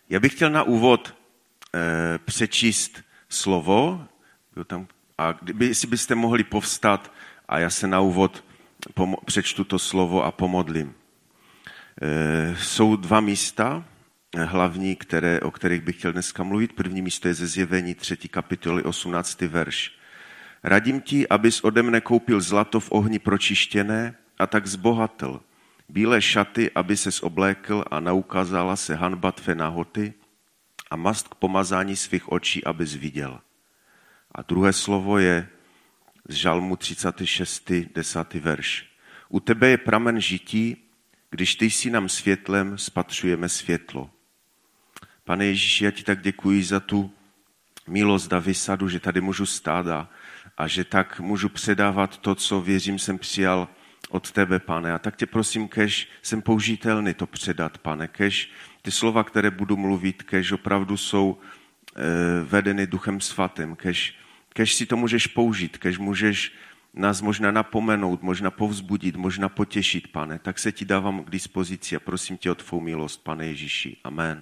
Já bych chtěl na úvod přečíst slovo, a jestli byste mohli povstat a já se na úvod přečtu to slovo a pomodlím. Jsou dva místa hlavní, o kterých bych chtěl dneska mluvit. První místo je ze Zjevení 3. kapitoly 18. verš. Radím ti, abys ode mne koupil zlato v ohni pročištěné a tak zbohatl. Bílé šaty, aby ses oblékl a naukázala se hanba tvé nahoty a mast k pomazání svých očí, abys viděl. A druhé slovo je z Žalmu 36. 10. verš. U tebe je pramen žití, když ty jsi nám světlem, spatřujeme světlo. Pane Ježíši, já ti tak děkuji za tu milost a vysadu, že tady můžu stát a že tak můžu předávat to, co věřím jsem přijal od tebe, Pane. A tak tě prosím, kež jsem použitelný to předat, Pane. Kež ty slova, které budu mluvit, kež opravdu jsou vedeny Duchem Svatým. Kež si to můžeš použít, kež můžeš nás možná napomenout, možná povzbudit, možná potěšit, Pane. Tak se ti dávám k dispozici a prosím tě o tvou milost, Pane Ježíši. Amen.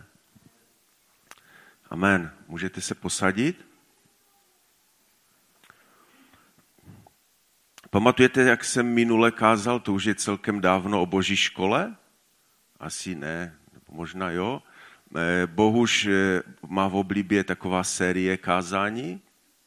Amen. Můžete se posadit? Pamatujete, jak jsem minule kázal, to už je celkem dávno, o Boží škole? Asi ne, možná jo. Bohuž má v oblibě taková série kázání.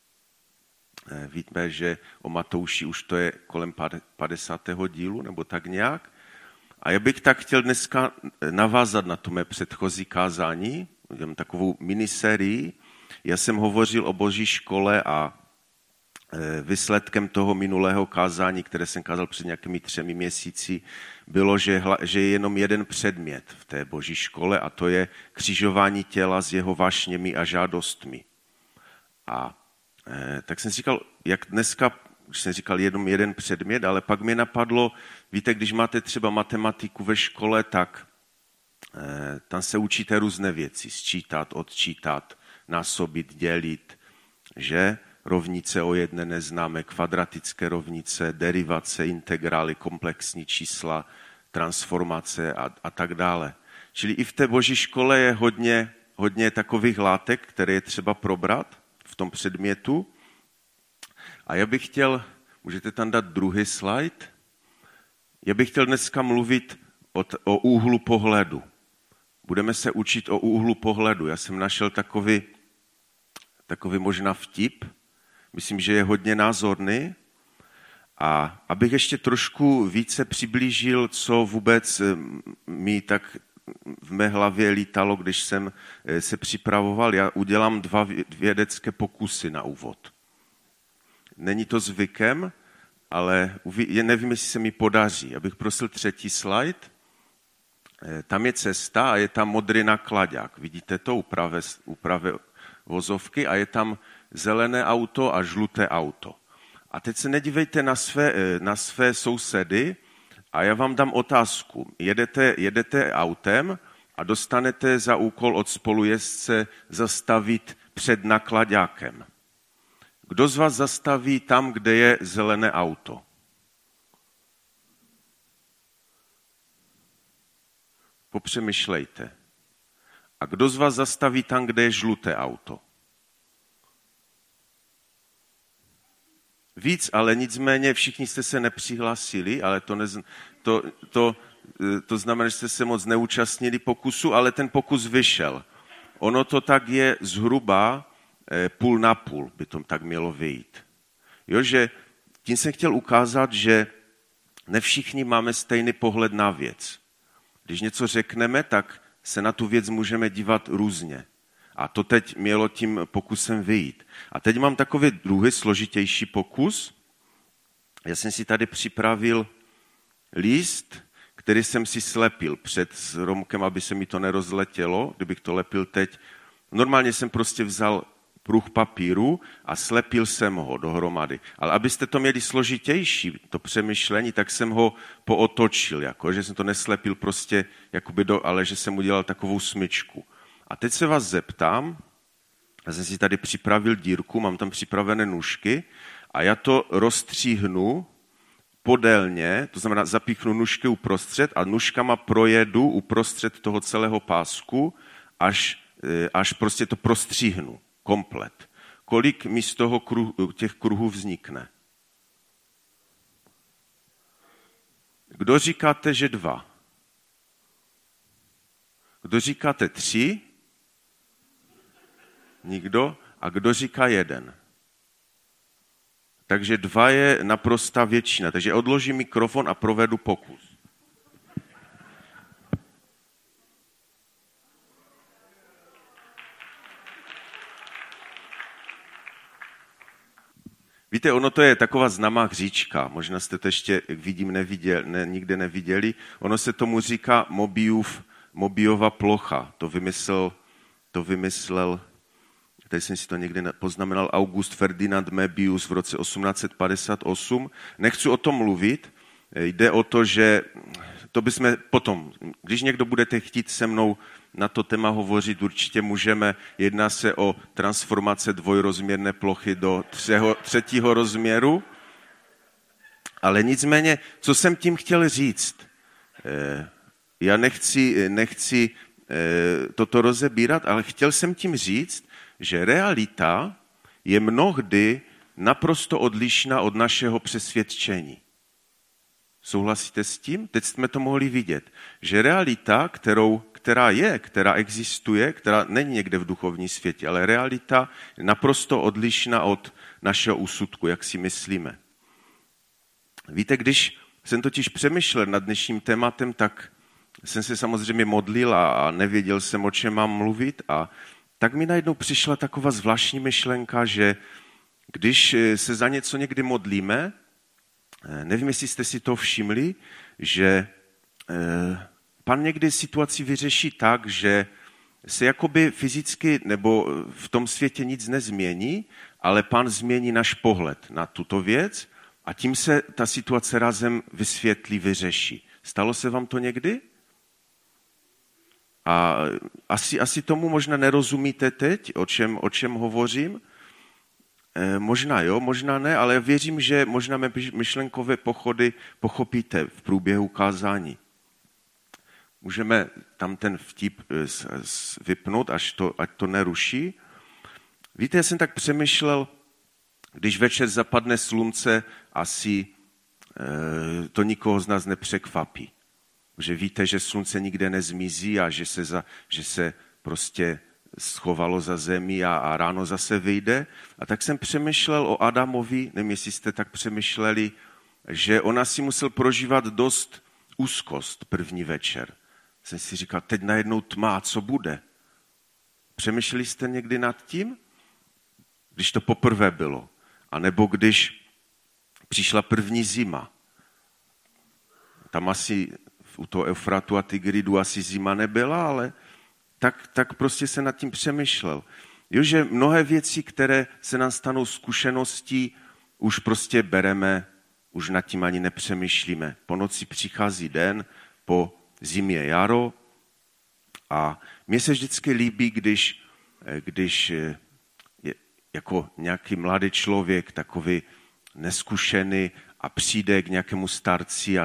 Víme, že o Matouši už to je kolem 50. dílu, nebo tak nějak. A já bych tak chtěl dneska navázat na to mé předchozí kázání, udělám takovou minisérii. Já jsem hovořil o Boží škole a výsledkem toho minulého kázání, které jsem kázal před nějakými 3 měsíci, bylo, že je jenom jeden předmět v té Boží škole a to je křižování těla s jeho vášněmi a žádostmi. A tak jsem říkal, jak dneska, když jsem říkal jenom jeden předmět, ale pak mě napadlo, víte, když máte třeba matematiku ve škole, tak tam se učíte různé věci, sčítat, odčítat, násobit, dělit, že? Rovnice o jedné neznáme, kvadratické rovnice, derivace, integrály, komplexní čísla, transformace a tak dále. Čili i v té Boží škole je hodně takových látek, které je třeba probrat v tom předmětu. A já bych chtěl, můžete tam dát druhý slide, já bych chtěl dneska mluvit o úhlu pohledu. Budeme se učit o úhlu pohledu. Já jsem našel takový možná vtip, myslím, že je hodně názorný. A abych ještě trošku více přiblížil, co vůbec mi tak v mé hlavě lítalo, když jsem se připravoval, já udělám 2 vědecké pokusy na úvod. Není to zvykem, ale nevím, jestli se mi podaří. Já bych prosil 3. slide. Tam je cesta a je tam modrý nakladák. Vidíte to u pravé vozovky a je tam zelené auto a žluté auto. A teď se nedívejte na své sousedy a já vám dám otázku. Jedete autem a dostanete za úkol od spolujezdce zastavit před nakladákem. Kdo z vás zastaví tam, kde je zelené auto? Popřemýšlejte. A kdo z vás zastaví tam, kde je žluté auto? Víc, ale nicméně všichni jste se nepřihlásili, ale to znamená, že jste se moc neúčastnili pokusu, ale ten pokus vyšel. Ono to tak je zhruba půl na půl, by to tak mělo vyjít. Jo, že tím jsem chtěl ukázat, že ne všichni máme stejný pohled na věc. Když něco řekneme, tak se na tu věc můžeme dívat různě. A to teď mělo tím pokusem vyjít. A teď mám takový druhý složitější pokus. Já jsem si tady připravil list, který jsem si slepil před Romkem, aby se mi to nerozletělo, kdybych to lepil teď. Normálně jsem prostě vzal pruh papíru a slepil jsem ho dohromady. Ale abyste to měli složitější, to přemýšlení, tak jsem ho pootočil, že jsem to neslepil prostě, ale že jsem udělal takovou smyčku. A teď se vás zeptám, já jsem si tady připravil dírku, mám tam připravené nůžky a já to rozstříhnu podélně, to znamená zapíchnu nůžky uprostřed a nůžkama projedu uprostřed toho celého pásku až až prostě to prostříhnu komplet. Kolik mi z toho těch kruhů vznikne? Kdo říkáte, že 2? Kdo říkáte 3? Nikdo? A kdo říká 1? Takže 2 je naprostá většina. Takže odložím mikrofon a provedu pokus. Víte, ono to je taková známá hříčka, možná jste to ještě, vidím, nikde neviděli. Ono se tomu říká Mobiova plocha. To vymyslel, tady jsem si to někde poznamenal, August Ferdinand Möbius v roce 1858. Nechci o tom mluvit, jde o to, že to bychom potom, když někdo budete chtít se mnou na to téma hovořit, určitě můžeme, jedná se o transformace dvojrozměrné plochy do 3. rozměru, ale nicméně, co jsem tím chtěl říct, já nechci toto rozebírat, ale chtěl jsem tím říct, že realita je mnohdy naprosto odlišná od našeho přesvědčení. Souhlasíte s tím? Teď jsme to mohli vidět, že realita, která existuje, která není někde v duchovním světě, ale realita je naprosto odlišná od našeho úsudku, jak si myslíme. Víte, když jsem totiž přemýšlel nad dnešním tématem, tak jsem se samozřejmě modlil a nevěděl jsem, o čem mám mluvit, a tak mi najednou přišla taková zvláštní myšlenka, že když se za něco někdy modlíme, nevím, jestli jste si to všimli, že Pán někdy situaci vyřeší tak, že se jakoby fyzicky nebo v tom světě nic nezmění, ale Pán změní náš pohled na tuto věc a tím se ta situace razem vysvětlí, vyřeší. Stalo se vám to někdy? A asi tomu možná nerozumíte teď, o čem hovořím. Možná jo, možná ne, ale věřím, že možná mé myšlenkové pochody pochopíte v průběhu kázání. Můžeme tam ten vtip vypnout, ať to neruší. Víte, já jsem tak přemýšlel, když večer zapadne slunce, asi to nikoho z nás nepřekvapí. Že víte, že slunce nikde nezmizí a že se prostě schovalo za zemi a ráno zase vyjde. A tak jsem přemýšlel o Adamovi, nevím, jestli jste tak přemýšleli, že ona si musel prožívat dost úzkost první večer. Jsem si říkal, teď najednou tma, co bude? Přemýšleli jste někdy nad tím? Když to poprvé bylo. A nebo když přišla první zima. Tam asi u toho Eufratu a Tigridu asi zima nebyla, ale tak prostě se nad tím přemýšlel. Jo, že mnohé věci, které se nám stanou zkušeností, už prostě bereme, už nad tím ani nepřemýšlíme. Po noci přichází den, po zimě jaro a mně se vždycky líbí, když je jako nějaký mladý člověk, takový neskušený a přijde k nějakému starci a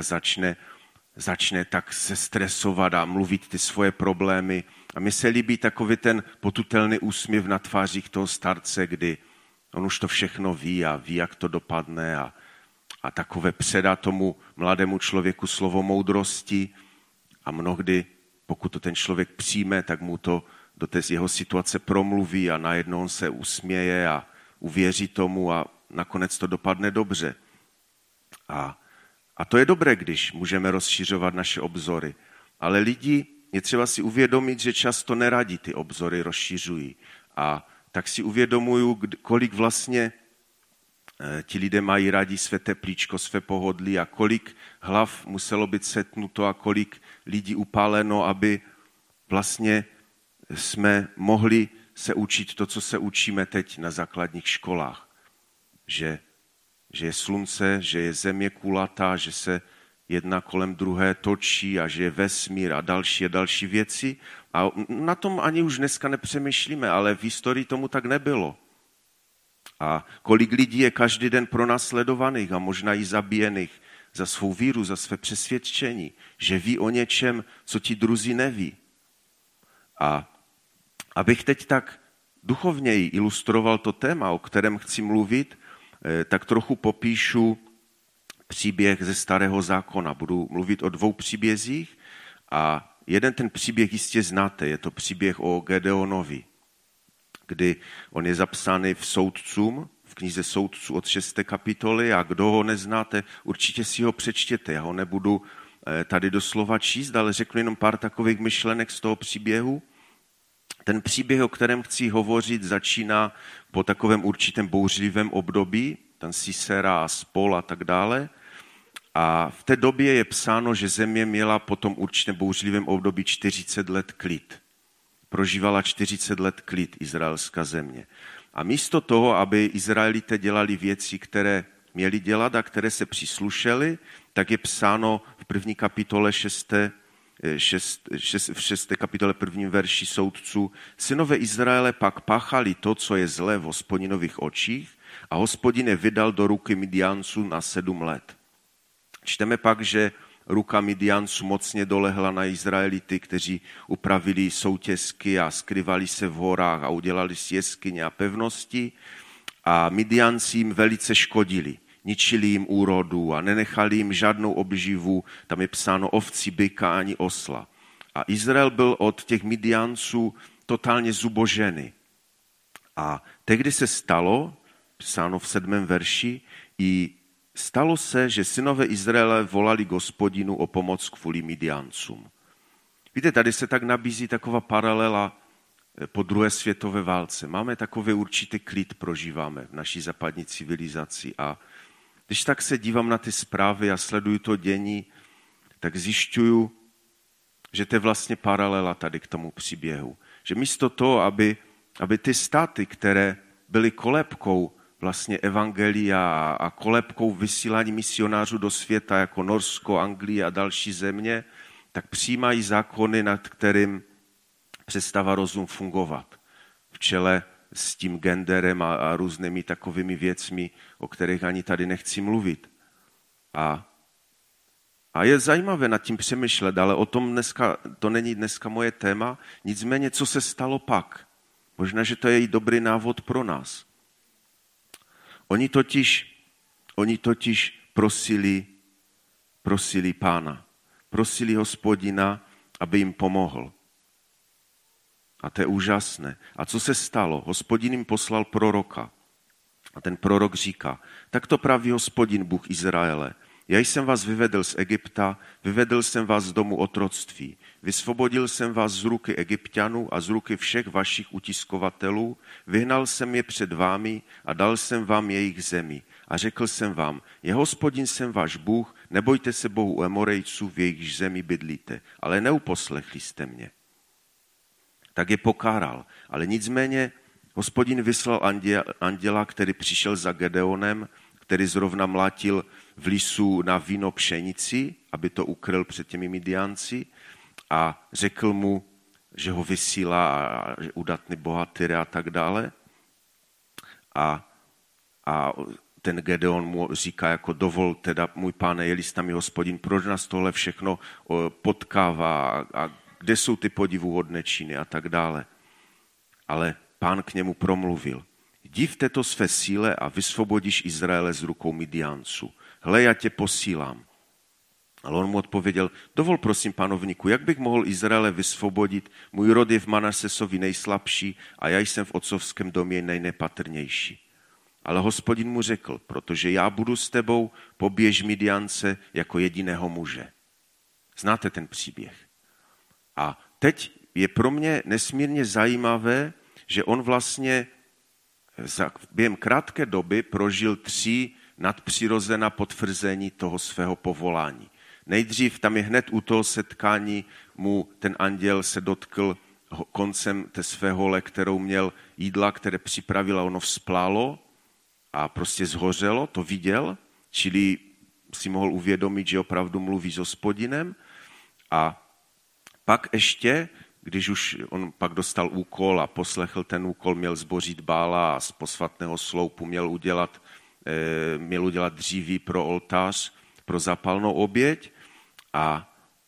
začne tak se stresovat a mluvit ty svoje problémy. A mně se líbí takový ten potutelný úsměv na tvářích toho starce, kdy on už to všechno ví a ví, jak to dopadne a takové předá tomu mladému člověku slovo moudrosti a mnohdy, pokud to ten člověk přijme, tak mu to do té jeho situace promluví a najednou on se usměje a uvěří tomu a nakonec to dopadne dobře. A to je dobré, když můžeme rozšiřovat naše obzory. Ale lidi, je třeba si uvědomit, že často neradi ty obzory rozšiřují. A tak si uvědomuju, kolik vlastně ti lidé mají rádi své teplíčko, své pohodlí a kolik hlav muselo být setnuto a kolik lidí upáleno, aby vlastně jsme mohli se učit to, co se učíme teď na základních školách. Že je slunce, že je země kulatá, že se jedna kolem druhé točí a že je vesmír a další věci. A na tom ani už dneska nepřemýšlíme, ale v historii tomu tak nebylo. A kolik lidí je každý den pronásledovaných a možná i zabíjených za svou víru, za své přesvědčení, že ví o něčem, co ti druzí neví. Abych teď tak duchovněji ilustroval to téma, o kterém chci mluvit, tak trochu popíšu příběh ze Starého zákona. Budu mluvit o 2 příbězích a jeden ten příběh jistě znáte, je to příběh o Gedeonovi, kdy on je zapsaný v Soudcům, v knize Soudců od 6. kapitoly a kdo ho neznáte, určitě si ho přečtěte. Já ho nebudu tady doslova číst, ale řeknu jenom pár takových myšlenek z toho příběhu. Ten příběh, o kterém chci hovořit, začíná po takovém určitém bouřlivém období, ten Sisera a spol a tak dále. A v té době je psáno, že země měla po tom určitém bouřlivém období 40 let klid. Prožívala 40 let klid izraelská země. A místo toho, aby Izraelité dělali věci, které měli dělat a které se příslušely, tak je psáno v 1. kapitole 6. kapitole 1. verši Soudců. Synové Izraele pak páchali to, co je zlé v Hospodinových očích a Hospodin je vydal do ruky Midianců na 7 let. Čteme pak, že ruka Midianců mocně dolehla na Izraelity, kteří upravili soutěsky a skrývali se v horách a udělali si jeskyně a pevnosti a Midianci jim velice škodili. Ničili jim úrodu a nenechali jim žádnou obživu, tam je psáno ovci, byka ani osla. A Izrael byl od těch Midianců totálně zubožený. A tehdy se stalo, psáno v 7. verši, i stalo se, že synové Izraele volali k Hospodinu o pomoc kvůli Midiancům. Víte, tady se tak nabízí taková paralela po druhé světové válce. Máme takový určitý klid, prožíváme v naší západní civilizaci a když tak se dívám na ty zprávy a sleduju to dění, tak zjišťuju, že to je vlastně paralela tady k tomu příběhu. Že místo toho, aby ty státy, které byly kolébkou vlastně evangelia a kolébkou vysílání misionářů do světa, jako Norsko, Anglie a další země, tak přijímají zákony, nad kterým přestává rozum fungovat. V čele s tím genderem a různými takovými věcmi, o kterých ani tady nechci mluvit. A je zajímavé nad tím přemýšlet, ale o tom dneska, to není dneska moje téma, nicméně, co se stalo pak. Možná, že to je i dobrý návod pro nás. Oni totiž prosili Pána, prosili Hospodina, aby jim pomohl. A to je úžasné. A co se stalo? Hospodin jim poslal proroka. A ten prorok říká, tak to praví Hospodin, Bůh Izraele. Já jsem vás vyvedl z Egypta, vyvedl jsem vás z domu otroctví. Vysvobodil jsem vás z ruky Egypťanů a z ruky všech vašich utiskovatelů, vyhnal jsem je před vámi a dal jsem vám jejich zemi. A řekl jsem vám, je Hospodin jsem váš Bůh, nebojte se Bohu Emorejců, v jejich zemi bydlíte, ale neuposlechli jste mě. Tak je pokáral. Ale nicméně Hospodin vyslal anděla, který přišel za Gedeonem, který zrovna mlátil v lisu na víno pšenici, aby to ukryl před těmi Midianci a řekl mu, že ho vysílá a že udatný bohatýr a tak dále. A ten Gedeon mu říká, jako dovol teda, můj páne, je-li s námi Hospodin, proč nás tohle všechno potkává a kde jsou ty podivuhodné činy a tak dále. Ale Pán k němu promluvil. Jdi v této své síle a vysvobodíš Izraele z rukou Midianců. Hle, já tě posílám. Ale on mu odpověděl, dovol prosím, panovníku, jak bych mohl Izraele vysvobodit? Můj rod je v Manasesovi nejslabší a já jsem v otcovském domě nejnepatrnější. Ale Hospodin mu řekl, protože já budu s tebou, poběž Midiance jako jediného muže. Znáte ten příběh. A teď je pro mě nesmírně zajímavé, že on vlastně během krátké doby prožil 3 nadpřirozená potvrzení toho svého povolání. Nejdřív tam je hned u toho setkání mu ten anděl se dotkl koncem té své hole, kterou měl jídla, které připravila, ono vzplálo a prostě zhořelo, to viděl, čili si mohl uvědomit, že opravdu mluví s Hospodinem. A pak ještě, když už on pak dostal úkol a poslechl ten úkol, měl zbořit Bála a z posvatného sloupu měl udělat dříví pro oltář, pro zápalnou oběť a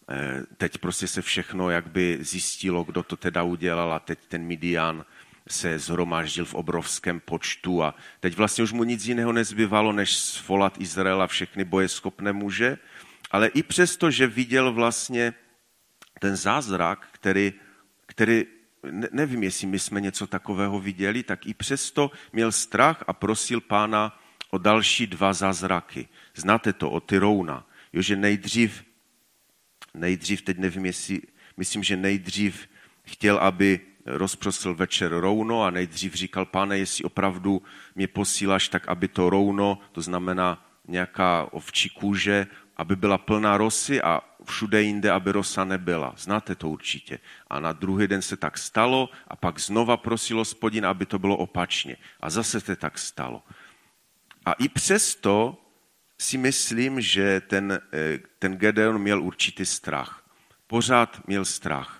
Teď prostě se všechno jakby zjistilo, kdo to teda udělal a teď ten Midian se zhromáždil v obrovském počtu a teď vlastně už mu nic jiného nezbývalo, než svolat Izraela všechny bojeschopné muže, ale i přesto, že viděl vlastně ten zázrak, který nevím, jestli my jsme něco takového viděli, tak i přesto měl strach a prosil Pána o další 2 zázraky. Znáte to, o ty rouna. Jo, že nejdřív, teď nevím, myslím, že nejdřív chtěl, aby rozprostřel večer rouno a nejdřív říkal, Pane, jestli opravdu mě posíláš, tak aby to rouno, to znamená nějaká ovčí kůže, aby byla plná rosy a všude jinde, aby rosa nebyla. Znáte to určitě. A na druhý den se tak stalo a pak znova prosil Hospodina, aby to bylo opačně. A zase se tak stalo. A i přesto si myslím, že ten Gedeon měl určitý strach. Pořád měl strach.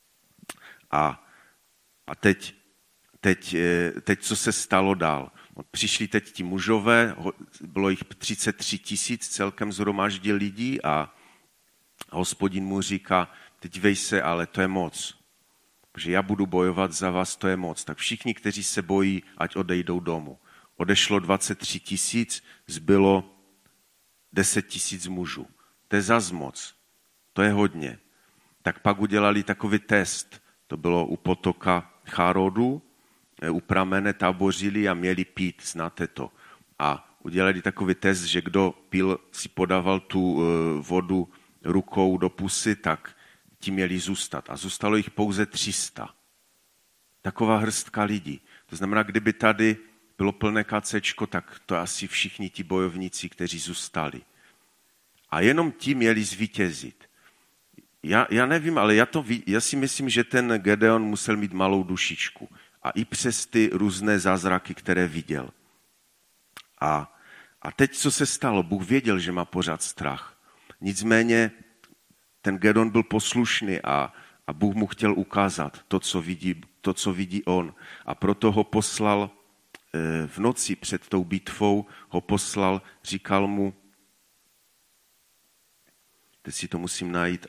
A teď, co se stalo dál? Přišli teď ti mužové, bylo jich 33 000 celkem zhromáždil lidí a Hospodin mu říká, teď vej se, ale to je moc. Protože já budu bojovat za vás, to je moc. Tak všichni, kteří se bojí, ať odejdou domů. Odešlo 23 000, zbylo 10 000 mužů. To je zas moc. To je hodně. Tak pak udělali takový test. To bylo u potoka Chárodu, u pramene tábořili a měli pít, znáte to. A udělali takový test, že kdo pil, si podával tu vodu rukou do pusy, tak ti měli zůstat. A zůstalo jich pouze 300. Taková hrstka lidí. To znamená, kdyby tady bylo plné kacečko, tak to asi všichni ti bojovníci, kteří zůstali. A jenom ti měli zvítězit. Já nevím, ale já si myslím, že ten Gedeon musel mít malou dušičku. A i přes ty různé zázraky, které viděl. A teď, co se stalo? Bůh věděl, že má pořád strach. Nicméně ten Gedeon byl poslušný a Bůh mu chtěl ukázat to, co vidí on. A proto ho poslal v noci před tou bitvou, říkal mu, teď si to musím najít,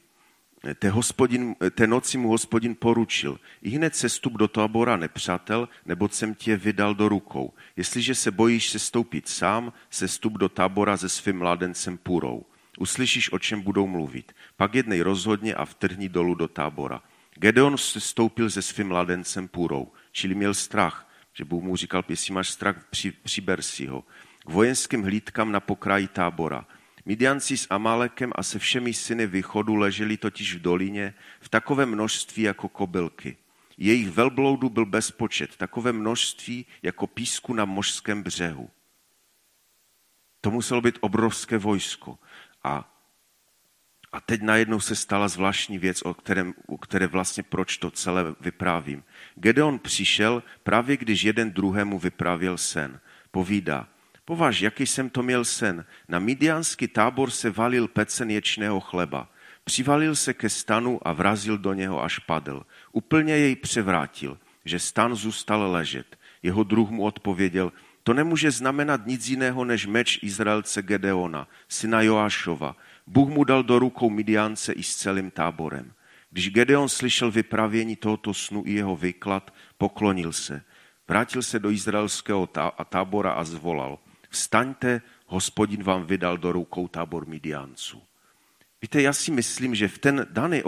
té noci mu Hospodin poručil, ihned sestup do tábora nepřátel, neboť jsem tě vydal do rukou. Jestliže se bojíš sestoupit sám, sestup do tábora se svým mládencem Purou. Uslyšíš, o čem budou mluvit. Pak jednej rozhodně a vtrhni dolů do tábora. Gedeon sestoupil se svým mládencem Purou, čili měl strach, že Bůh mu říkal, jestli máš strach, přiber si ho. K vojenským hlídkám na pokraji tábora. Midianci s Amálekem a se všemi syny východu leželi totiž v dolině v takové množství jako kobylky. Jejich velbloudů byl bezpočet, takové množství jako písku na mořském břehu. To muselo být obrovské vojsko. A teď najednou se stala zvláštní věc, o které vlastně proč to celé vyprávím. Gedeon přišel právě když jeden druhému vyprávěl sen. Povídá, považ, jaký jsem to měl sen. Na midianský tábor se valil pecen ječného chleba. Přivalil se ke stanu a vrazil do něho, až padl. Úplně jej převrátil, že stan zůstal ležet. Jeho druh mu odpověděl, to nemůže znamenat nic jiného než meč Izraelce Gedeona, syna Joášova. Bůh mu dal do rukou Midiance i s celým táborem. Když Gedeon slyšel vyprávění tohoto snu i jeho výklad, poklonil se. Vrátil se do izraelského tábora a zvolal, vstaňte, Hospodin vám vydal do rukou tábor Midianců. Víte, já si myslím, že v ten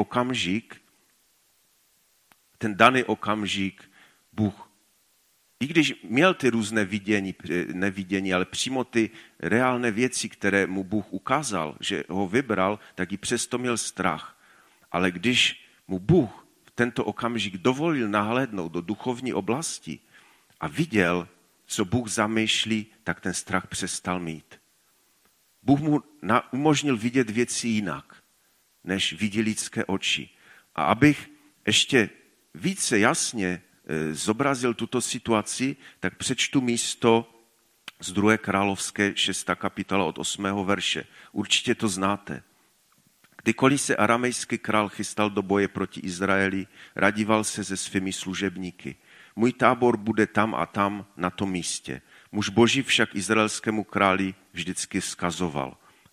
daný okamžik Bůh, i když měl ty různé nevidění, ale přímo ty reálné věci, které mu Bůh ukázal, že ho vybral, tak i přesto měl strach. Ale když mu Bůh v tento okamžik dovolil nahlédnout do duchovní oblasti a viděl, co Bůh zamýšlí, tak ten strach přestal mít. Bůh mu umožnil vidět věci jinak, než vidí lidské oči. A abych ještě více jasně zobrazil tuto situaci, tak přečtu místo z 2. královské 6. kapitola od 8. verše. Určitě to znáte. Kdykoliv se aramejský král chystal do boje proti Izraeli, radíval se se svými služebníky. Můj tábor bude tam a tam na tom místě. Muž Boží však izraelskému králi vždycky vzkazoval.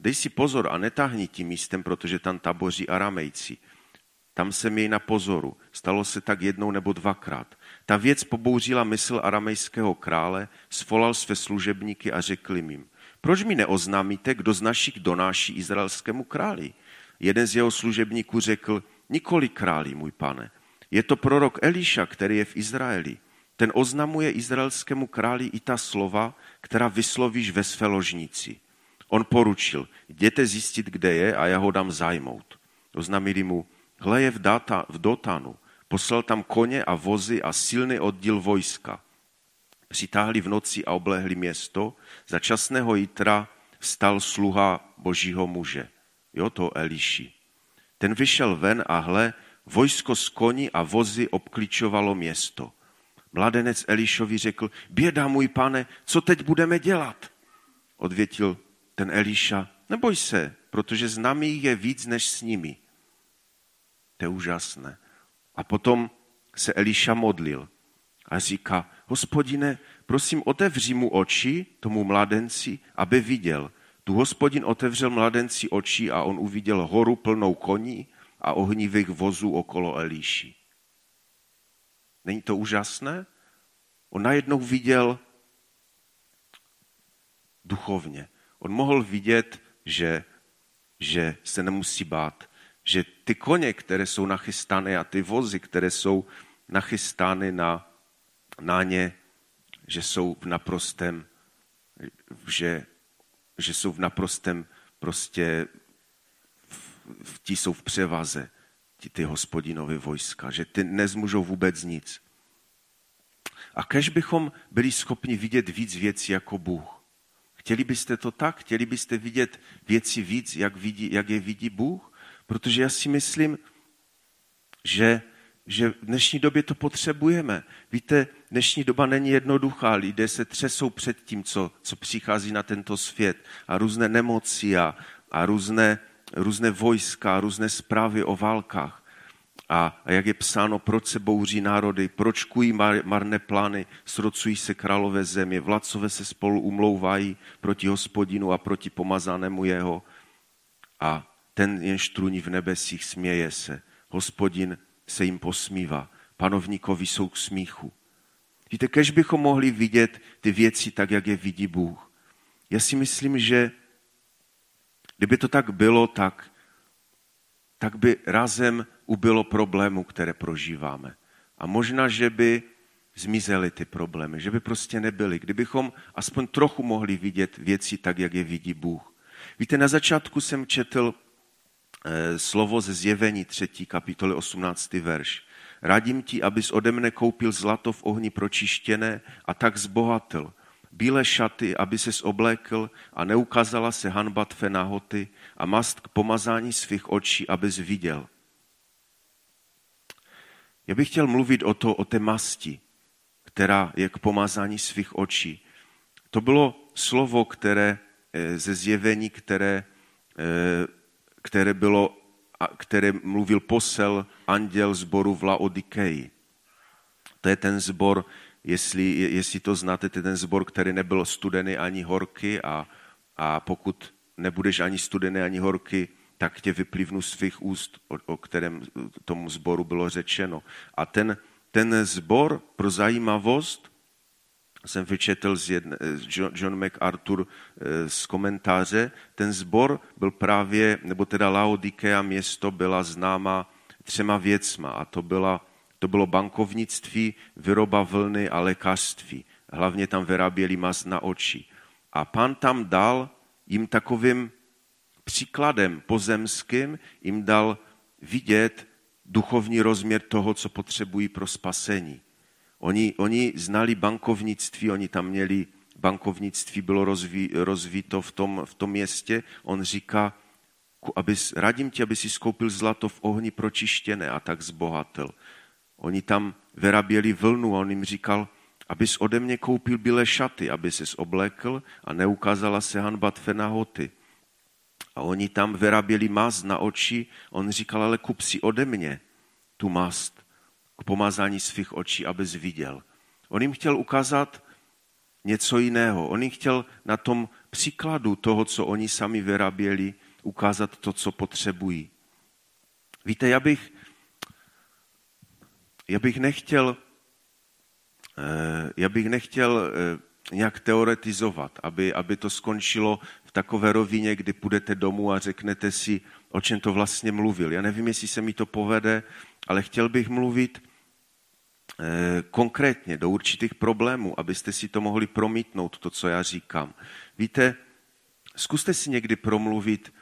dej si pozor a netáhni tím místem, protože tam taboří Aramejci. Tam se měj na pozoru. Stalo se tak jednou nebo dvakrát. Ta věc pobouřila mysl aramejského krále, svolal své služebníky a řekl jim, proč mi neoznámíte, kdo z našich donáší izraelskému králi? Jeden z jeho služebníků řekl, nikoli králi, můj pane. Je to prorok Eliša, který je v Izraeli. Ten oznamuje izraelskému králi i ta slova, která vyslovíš ve své ložnici. On poručil, jděte zjistit, kde je a já ho dám zajmout. Oznámili mu, hle je v Dotanu. Poslal tam koně a vozy a silný oddíl vojska. Přitáhli v noci a oblehli město. Za časného jitra vstal sluha božího muže. Jo, to Eliši. Ten vyšel ven a hle, vojsko s koní a vozy obkličovalo město. Mladenec Elišovi řekl, běda můj pane, co teď budeme dělat? Odvětil ten Eliša, neboj se, protože s námi je víc než s nimi. To je úžasné. A potom se Eliša modlil a říká, Hospodine, prosím, otevři mu oči, tomu mladenci, aby viděl. Tu Hospodin otevřel mladenci oči a on uviděl horu plnou koní a ohnivých vozů okolo Eliši. Není to úžasné? On najednou viděl duchovně. On mohl vidět, že se nemusí bát, že ty koně, které jsou nachystány a ty vozy, které jsou nachystány na ně, že jsou v naprostém, že jsou v naprostém prostě, ti jsou v převaze, ty Hospodinové vojska, že ty nezmůžou vůbec nic. A kéž bychom byli schopni vidět víc věcí jako Bůh. Chtěli byste to tak? Chtěli byste vidět věci víc, jak je vidí Bůh? Protože já si myslím, že v dnešní době to potřebujeme. Víte, dnešní doba není jednoduchá. Lidé se třesou před tím, co přichází na tento svět. A různé nemoci a různé vojska, různé zprávy o válkách. A jak je psáno, proč se bouří národy, proč kují marné plány, srocují se králové země, vládcové se spolu umlouvají proti Hospodinu a proti pomazanému jeho. A ten jenž trůní v nebesích směje se. Hospodin se jim posmívá. Panovníkovi jsou k smíchu. Víte, kéž bychom mohli vidět ty věci tak, jak je vidí Bůh. Já si myslím, že kdyby to tak bylo, tak by razem ubylo problémů, které prožíváme. A možná, že by zmizely ty problémy, že by prostě nebyly. Kdybychom aspoň trochu mohli vidět věci tak, jak je vidí Bůh. Víte, na začátku jsem četl slovo ze Zjevení 3. kapitoly 18. verš. Radím ti, abys ode mne koupil zlato v ohni pročištěné a tak zbohatil. Bílé šaty, aby ses oblékl a neukázala se hanba tvé nahoty a mast k pomazání svých očí, abys viděl. Já bych chtěl mluvit o té masti, která je k pomazání svých očí. To bylo slovo, které ze Zjevení, které mluvil posel anděl sboru v Laodikeji. To je ten sbor, jestli to znáte, to je ten sbor, který nebyl studený ani horký a pokud nebudeš ani studený ani horký, tak tě vyplivnu z svých úst, o kterém tomu sboru bylo řečeno. A ten sbor, pro zajímavost, jsem vyčetl John MacArthur z komentáře, ten sbor byl právě, nebo teda Laodikea město byla známa 3 věcma a to bylo bankovnictví, výroba vlny a lékařství. Hlavně tam vyráběli mast na oči. A Pán tam dal jim takovým příkladem pozemským, jim dal vidět duchovní rozměr toho, co potřebují pro spasení. Oni znali bankovnictví, oni tam měli, bankovnictví bylo rozvíto v tom městě. On říká, radím ti, aby si skoupil zlato v ohni pročištěné a tak zbohatil. Oni tam vyráběli vlnu a on jim říkal, abys ode mě koupil bílé šaty, aby ses oblékl a neukázala se hanba tvé nahoty. A oni tam vyráběli mast na oči, on říkal, ale kup si ode mě tu mast k pomazání svých očí, abys viděl. On jim chtěl ukázat něco jiného. On jim chtěl na tom příkladu toho, co oni sami vyráběli, ukázat to, co potřebují. Víte, já bych nechtěl nějak teoretizovat, aby to skončilo v takové rovině, kdy půjdete domů a řeknete si, o čem to vlastně mluvil. Já nevím, jestli se mi to povede, ale chtěl bych mluvit konkrétně do určitých problémů, abyste si to mohli promítnout, to, co já říkám. Víte, zkuste si někdy promluvit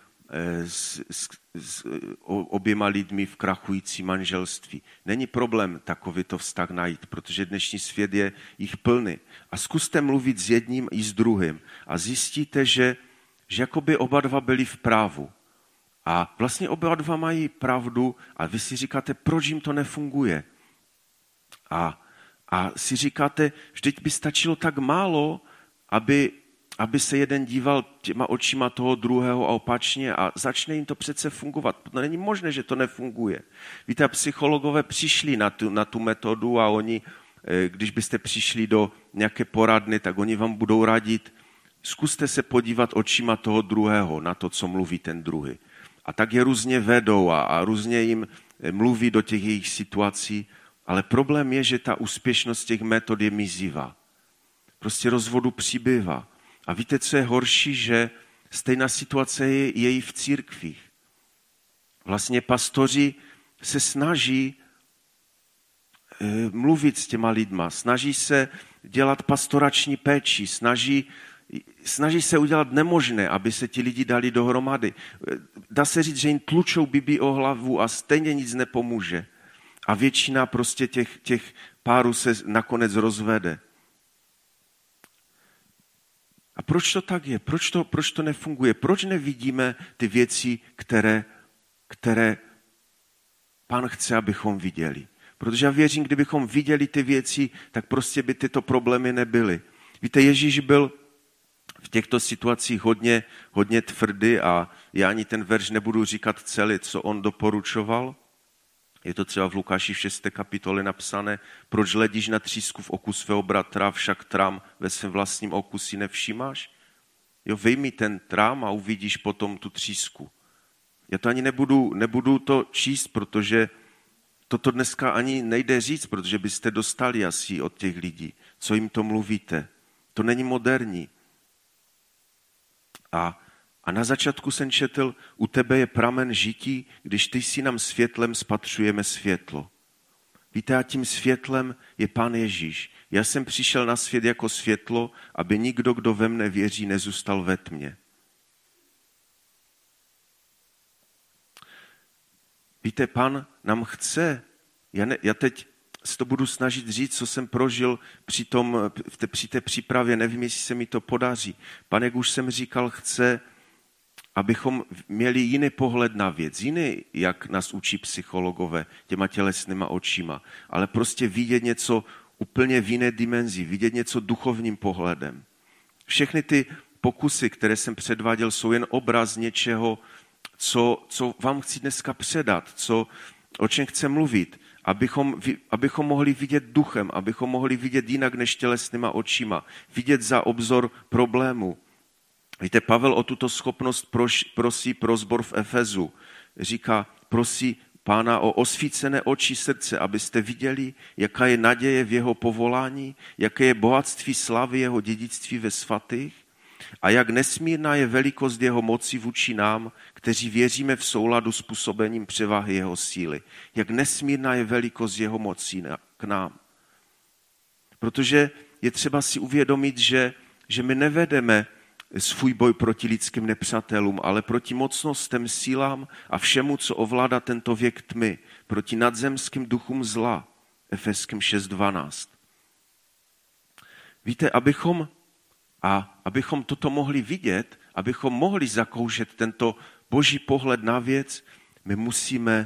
s oběma lidmi v krachující manželství. Není problém takovýto vztah najít, protože dnešní svět je jich plný. A zkuste mluvit s jedním i s druhým a zjistíte, že jakoby oba dva byli v právu. A vlastně oba dva mají pravdu a vy si říkáte, proč jim to nefunguje. A si říkáte, vždyť by stačilo tak málo, aby se jeden díval těma očima toho druhého a opačně a začne jim to přece fungovat. To není možné, že to nefunguje. Víte, psychologové přišli na tu metodu a oni, když byste přišli do nějaké poradny, tak oni vám budou radit, zkuste se podívat očima toho druhého na to, co mluví ten druhý. A tak je různě vedou a různě jim mluví do těch jejich situací, ale problém je, že ta úspěšnost těch metod je mizivá. Prostě rozvodu přibývá. A víte, co je horší, že stejná situace je i v církvích. Vlastně pastoři se snaží mluvit s těma lidma, snaží se dělat pastorační péči, snaží se udělat nemožné, aby se ti lidi dali dohromady. Dá se říct, že jim tlučou Biblii o hlavu a stejně nic nepomůže. A většina prostě těch párů se nakonec rozvede. A proč to tak je? Proč to nefunguje? Proč nevidíme ty věci, které Pán chce, abychom viděli? Protože já věřím, kdybychom viděli ty věci, tak prostě by tyto problémy nebyly. Víte, Ježíš byl v těchto situacích hodně tvrdý a já ani ten verš nebudu říkat celý, co on doporučoval. Je to třeba v Lukáši v 6. kapitole napsané, proč hledíš na třísku v oku svého bratra, však trám ve svém vlastním oku si nevšímáš? Jo, vyjmi ten trám a uvidíš potom tu třísku. Já to ani nebudu to číst, protože toto dneska ani nejde říct, protože byste dostali asi od těch lidí, co jim to mluvíte. To není moderní. A na začátku jsem četl, u tebe je pramen žití, když ty si nám světlem spatřujeme světlo. Víte, a tím světlem je Pán Ježíš. Já jsem přišel na svět jako světlo, aby nikdo, kdo ve mne věří, nezůstal ve tmě. Víte, Pán nám chce, já teď se to budu snažit říct, co jsem prožil při té přípravě, nevím, jestli se mi to podaří. Pán, jak už jsem říkal, chce, abychom měli jiný pohled na věc, jiný, jak nás učí psychologové těma tělesnýma očima, ale prostě vidět něco úplně v jiné dimenzi, vidět něco duchovním pohledem. Všechny ty pokusy, které jsem předváděl, jsou jen obraz něčeho, co vám chci dneska předat, o čem chci mluvit, abychom mohli vidět duchem, abychom mohli vidět jinak než tělesnýma očima, vidět za obzor problému. Víte, Pavel o tuto schopnost prosí pro sbor v Efezu. Říká, prosí Pána o osvícené oči srdce, abyste viděli, jaká je naděje v jeho povolání, jaké je bohatství slavy jeho dědictví ve svatých a jak nesmírná je velikost jeho moci vůči nám, kteří věříme v souladu s působením převahy jeho síly. Jak nesmírná je velikost jeho moci k nám. Protože je třeba si uvědomit, že my nevedeme svůj boj proti lidským nepřátelům, ale proti mocnostem, sílám a všemu, co ovládá tento věk tmy, proti nadzemským duchům zla. Efeským 6.12. Víte, abychom toto mohli vidět, abychom mohli zakoušet tento boží pohled na věc, my musíme,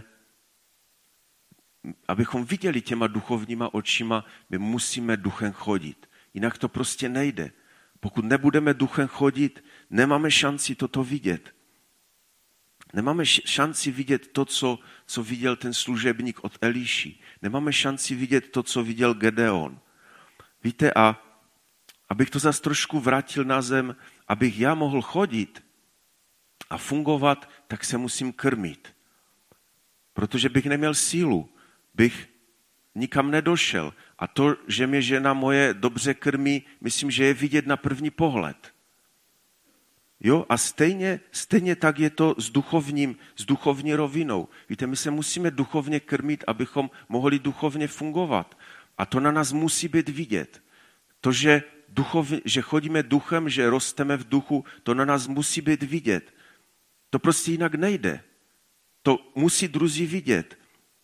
abychom viděli těma duchovníma očima, my musíme duchem chodit. Jinak to prostě nejde. Pokud nebudeme duchem chodit, nemáme šanci toto vidět. Nemáme šanci vidět to, co viděl ten služebník od Eliši. Nemáme šanci vidět to, co viděl Gedeon. Víte, a abych to zase trošku vrátil na zem abych já mohl chodit a fungovat, tak se musím krmit. Protože bych neměl sílu, bych nikam nedošel. A to, že mě žena moje dobře krmí, myslím, že je vidět na první pohled. Jo? A stejně tak je to s duchovní rovinou. Víte, my se musíme duchovně krmit, abychom mohli duchovně fungovat. A to na nás musí být vidět. To, že chodíme duchem, že rosteme v duchu, to na nás musí být vidět. To prostě jinak nejde. To musí druzí vidět.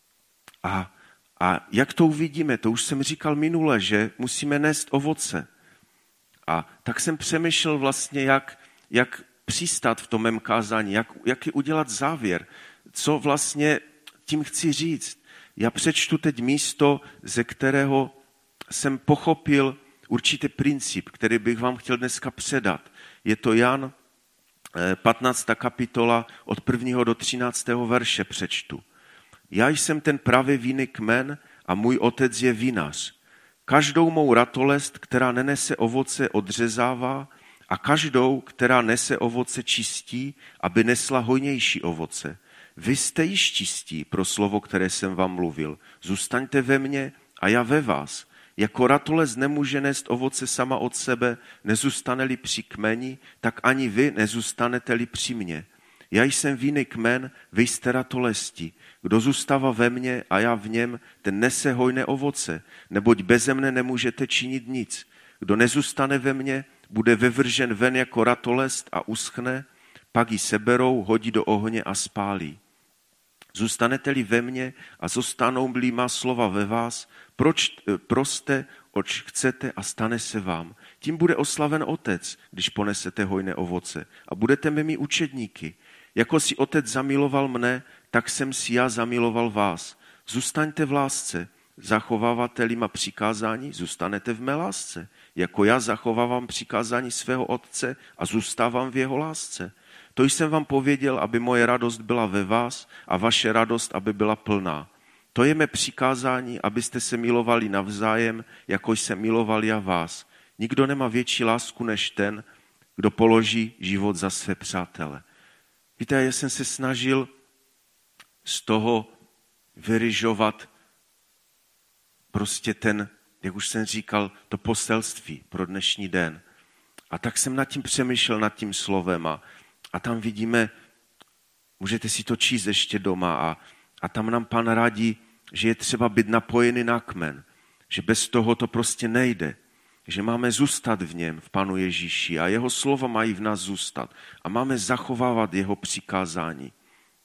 A jak to uvidíme? To už jsem říkal minule, že musíme nést ovoce. A tak jsem přemýšlel vlastně, jak přistát v tom mém kázání, jaký udělat závěr, co vlastně tím chci říct. Já přečtu teď místo, ze kterého jsem pochopil určitý princip, který bych vám chtěl dneska předat. Je to Jan 15. kapitola od 1. do 13. verše přečtu. Já jsem ten pravý vinný kmen a můj otec je vinař. Každou mou ratolest, která nenese ovoce, odřezává a každou, která nese ovoce, čistí, aby nesla hojnější ovoce. Vy jste již čistí pro slovo, které jsem vám mluvil. Zůstaňte ve mně a já ve vás. Jako ratolest nemůže nést ovoce sama od sebe, nezůstane-li při kmeni, tak ani vy nezůstanete-li při mně. Já jsem vinný kmen, vy jste ratolesti. Kdo zůstává ve mně a já v něm, ten nese hojné ovoce, neboť beze mne nemůžete činit nic. Kdo nezůstane ve mně, bude vyvržen ven jako ratolest a uschne, pak ji seberou, hodí do ohně a spálí. Zůstanete-li ve mně a zůstanou-li má slova ve vás, proste, oč chcete a stane se vám. Tím bude oslaven Otec, když ponesete hojné ovoce a budete mými učedníky. Jako si Otec zamiloval mne, tak jsem si já zamiloval vás. Zůstaňte v lásce, zachováváte-li má přikázání, zůstanete v mé lásce. Jako já zachovávám přikázání svého Otce a zůstávám v jeho lásce. To jsem vám pověděl, aby moje radost byla ve vás a vaše radost, aby byla plná. To je mé přikázání, abyste se milovali navzájem, jako jsem miloval já vás. Nikdo nemá větší lásku než ten, kdo položí život za své přátele. Víte, já jsem se snažil z toho vyryžovat prostě jak už jsem říkal, to poselství pro dnešní den. A tak jsem nad tím přemýšlel, nad tím slovem a tam vidíme, můžete si to číst ještě doma a tam nám Pán radí, že je třeba být napojený na kmen, že bez toho to prostě nejde, že máme zůstat v něm, v Pánu Ježíši a jeho slova mají v nás zůstat a máme zachovávat jeho přikázání.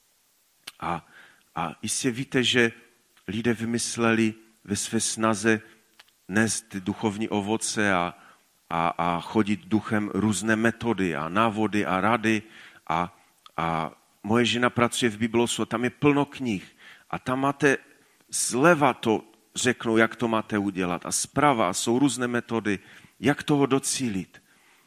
A jistě víte, že lidé vymysleli ve své snaze nést duchovní ovoce a chodit duchem různé metody a návody a rady a moje žena pracuje v Biblosu a tam je plno knih a tam máte zleva to řeknou, jak to máte udělat a zprava jsou různé metody, jak toho docílit.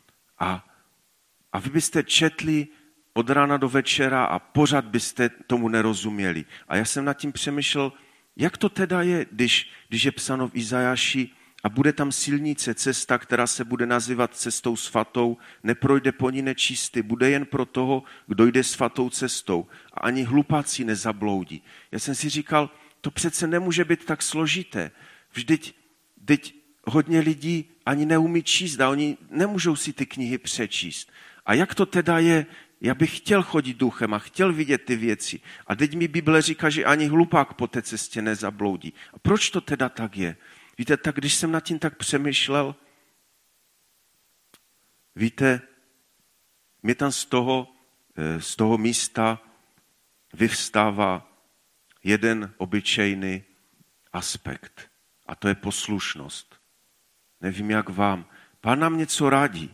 A vy byste četli od rána do večera a pořád byste tomu nerozuměli. A já jsem nad tím přemýšlel, jak to teda je, když je psáno v Izajáši a bude tam silnice, cesta, která se bude nazývat cestou svatou, neprojde po ní nečistý, bude jen pro toho, kdo jde svatou cestou a ani hlupáci nezabloudí. Já jsem si říkal, to přece nemůže být tak složité. Vždyť hodně lidí ani neumí číst a oni nemůžou si ty knihy přečíst. A jak to teda je? Já bych chtěl chodit duchem a chtěl vidět ty věci. A teď mi Bible říká, že ani hlupák po té cestě nezabloudí. A proč to teda tak je? Víte, tak když jsem nad tím tak přemýšlel, víte, mě tam z toho místa vyvstává jeden obyčejný aspekt. A to je poslušnost. Nevím, jak vám. Pán nám něco radí.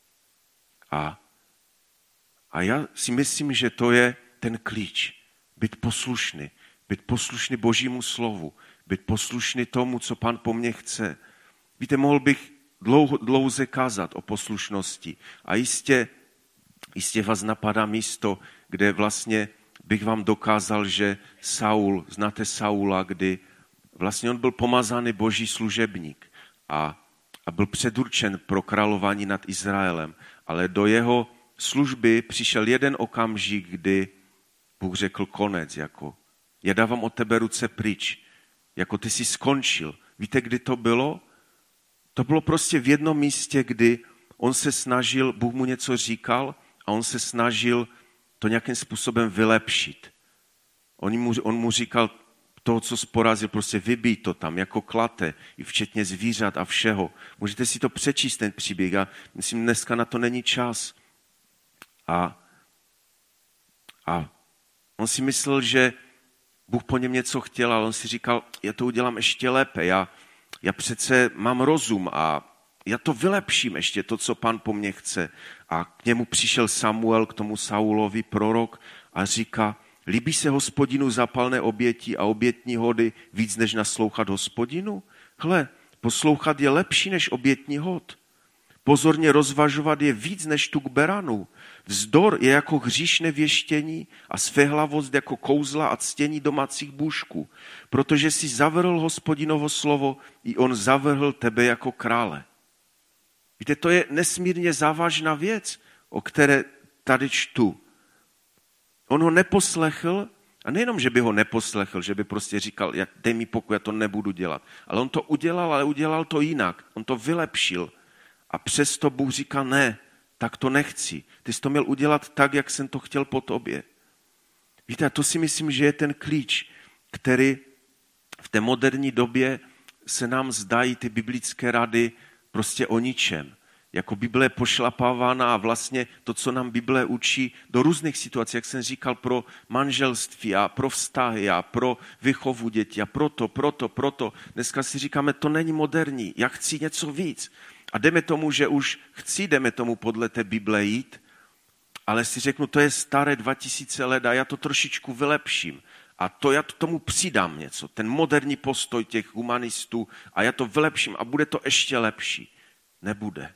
A já si myslím, že to je ten klíč. Být poslušný Božímu slovu, být poslušný tomu, co Pán po mně chce. Víte, mohl bych dlouze kázat o poslušnosti a jistě vás napadá místo, kde vlastně bych vám dokázal, že Saul, znáte Saula, kdy vlastně on byl pomazaný Boží služebník a byl předurčen pro králování nad Izraelem. ale do jeho služby přišel jeden okamžik, kdy Bůh řekl konec, jako já dávám od tebe ruce pryč, jako ty jsi skončil. Víte, kdy to bylo? To bylo prostě v jednom místě, kdy on se snažil, Bůh mu něco říkal a on se snažil to nějakým způsobem vylepšit. On mu říkal toho, co sporazil, prostě vybij to tam, jako klate, i včetně zvířat a všeho. Můžete si to přečíst, ten příběh. Já myslím, dneska na to není čas. A on si myslel, že Bůh po něm něco chtěl, ale on si říkal, já to udělám ještě lépe, já přece mám rozum a já to vylepším ještě, to, co Pán po mně chce. A k němu přišel Samuel, k tomu Saulovi, prorok, a říká, líbí se Hospodinu zapalné oběti a obětní hody víc, než naslouchat Hospodinu? Hle, poslouchat je lepší než obětní hod. Pozorně rozvažovat je víc než tuk beranu. Vzdor je jako hříšné věštění a svéhlavost jako kouzla a ctění domácích bůžků. Protože jsi zavrhl Hospodinovo slovo, i on zavrhl tebe jako krále. Víte, to je nesmírně závažná věc, o které tady čtu. On ho neposlechl, a nejenom, že by ho neposlechl, že by prostě říkal, dej mi pokoj, já to nebudu dělat. Ale on to udělal, ale udělal to jinak. On to vylepšil. A přesto Bůh říká, ne, tak to nechci. Ty jsi to měl udělat tak, jak jsem to chtěl po tobě. Víte, a to si myslím, že je ten klíč, který v té moderní době se nám zdají ty biblické rady prostě o ničem. Jako Bible je pošlapávána a vlastně to, co nám Bible učí do různých situací, jak jsem říkal, pro manželství a pro vztahy a pro výchovu dětí a proto. Dneska si říkáme, to není moderní, já chci něco víc. A jdeme tomu, že už jdeme tomu podle té Bible jít, ale si řeknu, to je staré 2000 let a já to trošičku vylepším. A já tomu přidám něco, ten moderní postoj těch humanistů a já to vylepším a bude to ještě lepší. Nebude.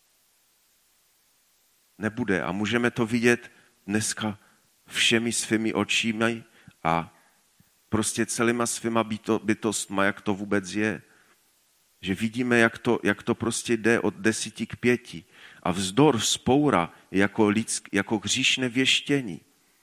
Nebude a můžeme to vidět dneska všemi svými očími a prostě celýma svýma bytostma, jak to vůbec je. Že vidíme, jak to prostě jde od 10 k 5. A vzdor, spoura je jako hříšné věštění.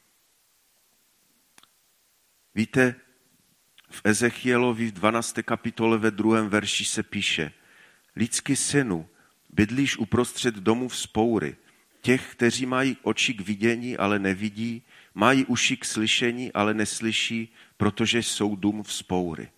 Víte, v Ezechielovi v 12. kapitole ve 2. verši se píše: Lidský synu, bydlíš uprostřed domů vzpoury, těch, kteří mají oči k vidění, ale nevidí, mají uši k slyšení, ale neslyší, protože jsou dům vzpoury.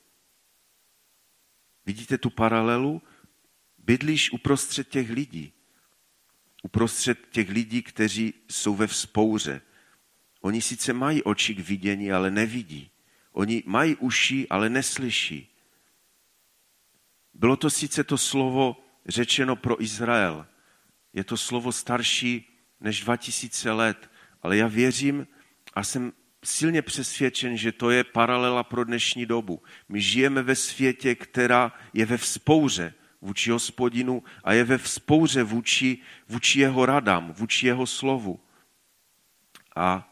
Vidíte tu paralelu? Bydlíš uprostřed těch lidí. Uprostřed těch lidí, kteří jsou ve vzpouře. Oni sice mají oči k vidění, ale nevidí. Oni mají uši, ale neslyší. Bylo to sice to slovo řečeno pro Izrael. Je to slovo starší než 2000 let, ale já věřím a jsem silně přesvědčen, že to je paralela pro dnešní dobu. My žijeme ve světě, která je ve vzpouře vůči Hospodinu a je ve vzpouře vůči jeho radám, vůči jeho slovu. A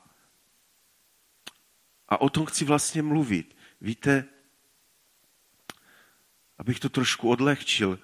o tom chci vlastně mluvit. Víte, abych to trošku odlehčil,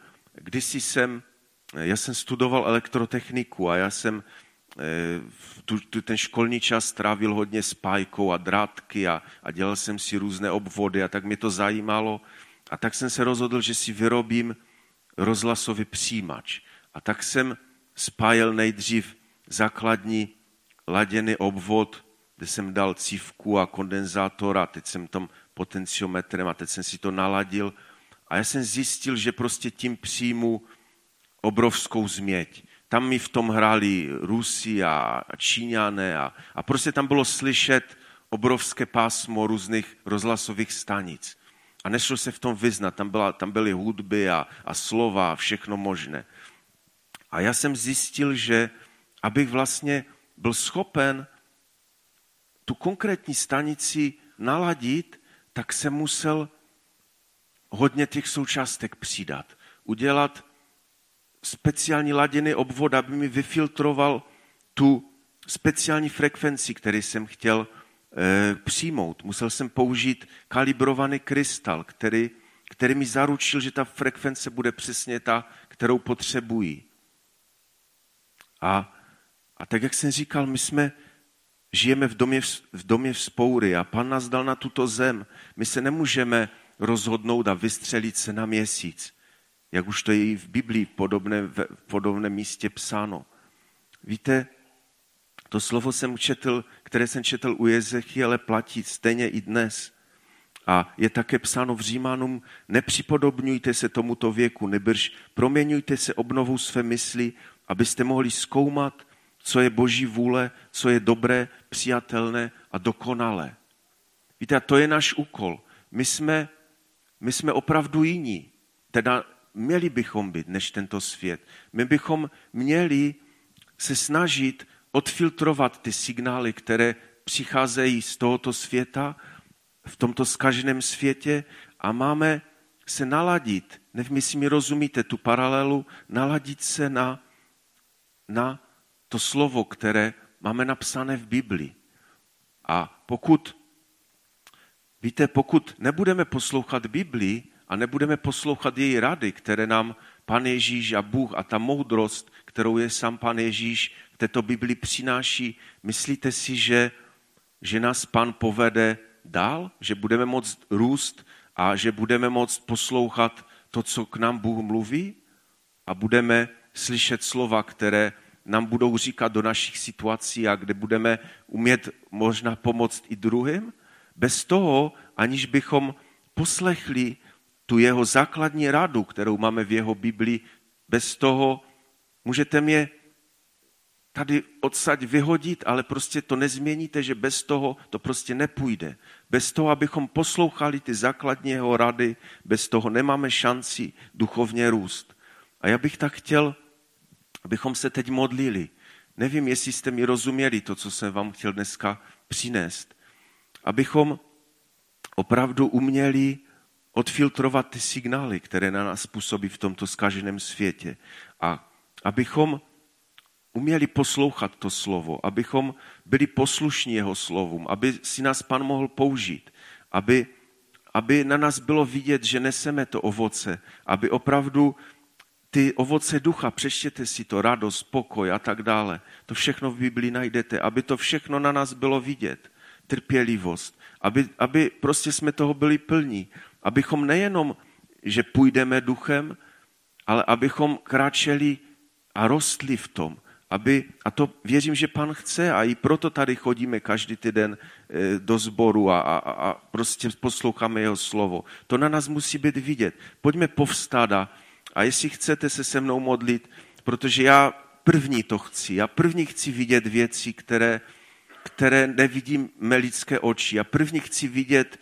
já jsem studoval elektrotechniku a já jsem ten školní čas strávil hodně s pájkou a drátky a dělal jsem si různé obvody a tak mě to zajímalo. A tak jsem se rozhodl, že si vyrobím rozhlasový přijímač. A tak jsem spájel nejdřív základní laděný obvod, kde jsem dal cívku a kondenzátor a teď jsem tam potenciometrem a teď jsem si to naladil. A já jsem zjistil, že prostě tím přijmu obrovskou změť. Tam mi v tom hráli Rusi a Číňané a prostě tam bylo slyšet obrovské pásmo různých rozhlasových stanic. A nešlo se v tom vyznat, tam byly hudby a slova a všechno možné. A já jsem zjistil, že abych vlastně byl schopen tu konkrétní stanici naladit, tak jsem musel hodně těch součástek přidat. Udělat speciální laděný obvod, aby mi vyfiltroval tu speciální frekvenci, který jsem chtěl přijmout. Musel jsem použít kalibrovaný krystal, který mi zaručil, že ta frekvence bude přesně ta, kterou potřebuji. A tak, jak jsem říkal, my žijeme v domě vzpoury a Pán nás dal na tuto zem. My se nemůžeme rozhodnout a vystřelit se na měsíc, jak už to je i v Biblii v podobném místě psáno. Víte, to slovo které jsem četl u Ezechiele, platí stejně i dnes. A je také psáno v Římanům, nepřipodobňujte se tomuto věku, nýbrž proměňujte se obnovou své mysli, abyste mohli zkoumat, co je Boží vůle, co je dobré, přijatelné a dokonalé. Víte, a to je náš úkol. My jsme opravdu jiní. Teda měli bychom být než tento svět. My bychom měli se snažit odfiltrovat ty signály, které přicházejí z tohoto světa, v tomto zkaženém světě a máme se naladit, nevím, jestli mi rozumíte tu paralelu, naladit se na to slovo, které máme napsané v Biblii. A pokud nebudeme poslouchat Biblii a nebudeme poslouchat její rady, které nám Pán Ježíš a Bůh a ta moudrost, kterou je sám Pán Ježíš v této Biblii přináší, myslíte si, že nás Pán povede dál, že budeme moct růst a že budeme moct poslouchat to, co k nám Bůh mluví a budeme slyšet slova, které nám budou říkat do našich situací a kde budeme umět možná pomoct i druhým? Bez toho, aniž bychom poslechli tu jeho základní radu, kterou máme v jeho Biblii, bez toho můžete mě tady odsaď vyhodit, ale prostě to nezměníte, že bez toho to prostě nepůjde. Bez toho, abychom poslouchali ty základní jeho rady, bez toho nemáme šanci duchovně růst. A já bych tak chtěl, abychom se teď modlili. Nevím, jestli jste mi rozuměli to, co jsem vám chtěl dneska přinést. Abychom opravdu uměli odfiltrovat ty signály, které na nás působí v tomto zkaženém světě. A abychom uměli poslouchat to slovo, abychom byli poslušní jeho slovům, aby si nás Pán mohl použít, aby na nás bylo vidět, že neseme to ovoce, aby opravdu ty ovoce ducha, přečtěte si to, radost, pokoj a tak dále, to všechno v Biblii najdete, aby to všechno na nás bylo vidět, trpělivost, aby prostě jsme toho byli plní, abychom nejenom, že půjdeme duchem, ale abychom kráčeli a rostli v tom, a to věřím, že Pán chce a i proto tady chodíme každý týden do sboru a prostě posloucháme jeho slovo. To na nás musí být vidět. Pojďme povstat a jestli chcete se mnou modlit, protože já první to chci. Já první chci vidět věci, které nevidím mé lidské oči. Já první chci vidět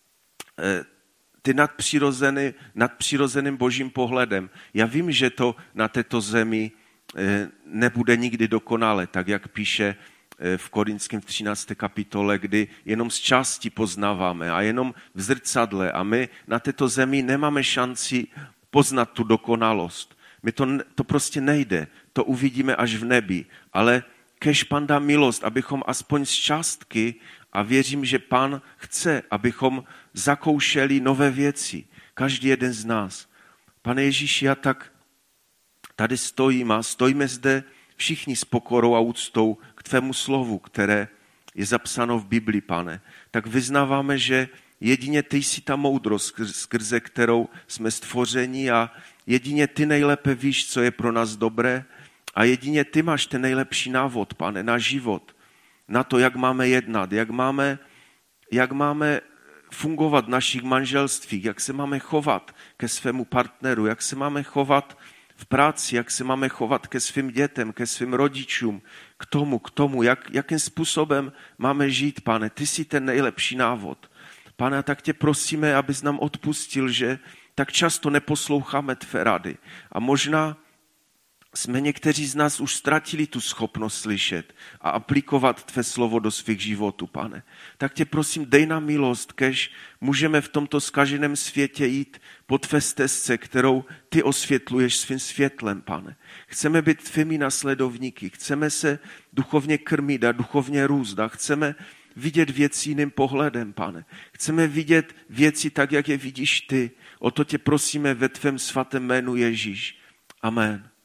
ty nadpřirozeným božím pohledem. Já vím, že to na této zemi nebude nikdy dokonale, tak jak píše v Korinském 13. kapitole, kdy jenom z části poznáváme a jenom v zrcadle a my na této zemi nemáme šanci poznat tu dokonalost. To prostě nejde, to uvidíme až v nebi, ale kéž Pán dá milost, abychom aspoň z částky a věřím, že Pán chce, abychom zakoušeli nové věci, každý jeden z nás. Pane Ježíši, já tak tady stojím a stojíme zde všichni s pokorou a úctou k tvému slovu, které je zapsáno v Biblii, Pane. Tak vyznáváme, že jedině ty jsi ta moudrost, skrze kterou jsme stvořeni a jedině ty nejlépe víš, co je pro nás dobré a jedině ty máš ten nejlepší návod, Pane, na život, na to, jak máme jednat, jak máme fungovat v našich manželstvích, jak se máme chovat ke svému partneru, jak se máme chovat v práci, jak se máme chovat ke svým dětem, ke svým rodičům, k tomu, jakým způsobem máme žít, Pane. Ty jsi ten nejlepší návod. Pane, a tak tě prosíme, abys nám odpustil, že tak často neposloucháme tvé rady. A možná jsme někteří z nás už ztratili tu schopnost slyšet a aplikovat tvé slovo do svých životů, Pane. Tak tě prosím, dej nám milost, kež můžeme v tomto zkaženém světě jít po tvé stezce, kterou ty osvětluješ svým světlem, Pane. Chceme být tvými nasledovníky, chceme se duchovně krmit a duchovně růst a chceme vidět věci jiným pohledem, Pane. Chceme vidět věci tak, jak je vidíš ty. O to tě prosíme ve tvém svatém jménu Ježíš. Amen.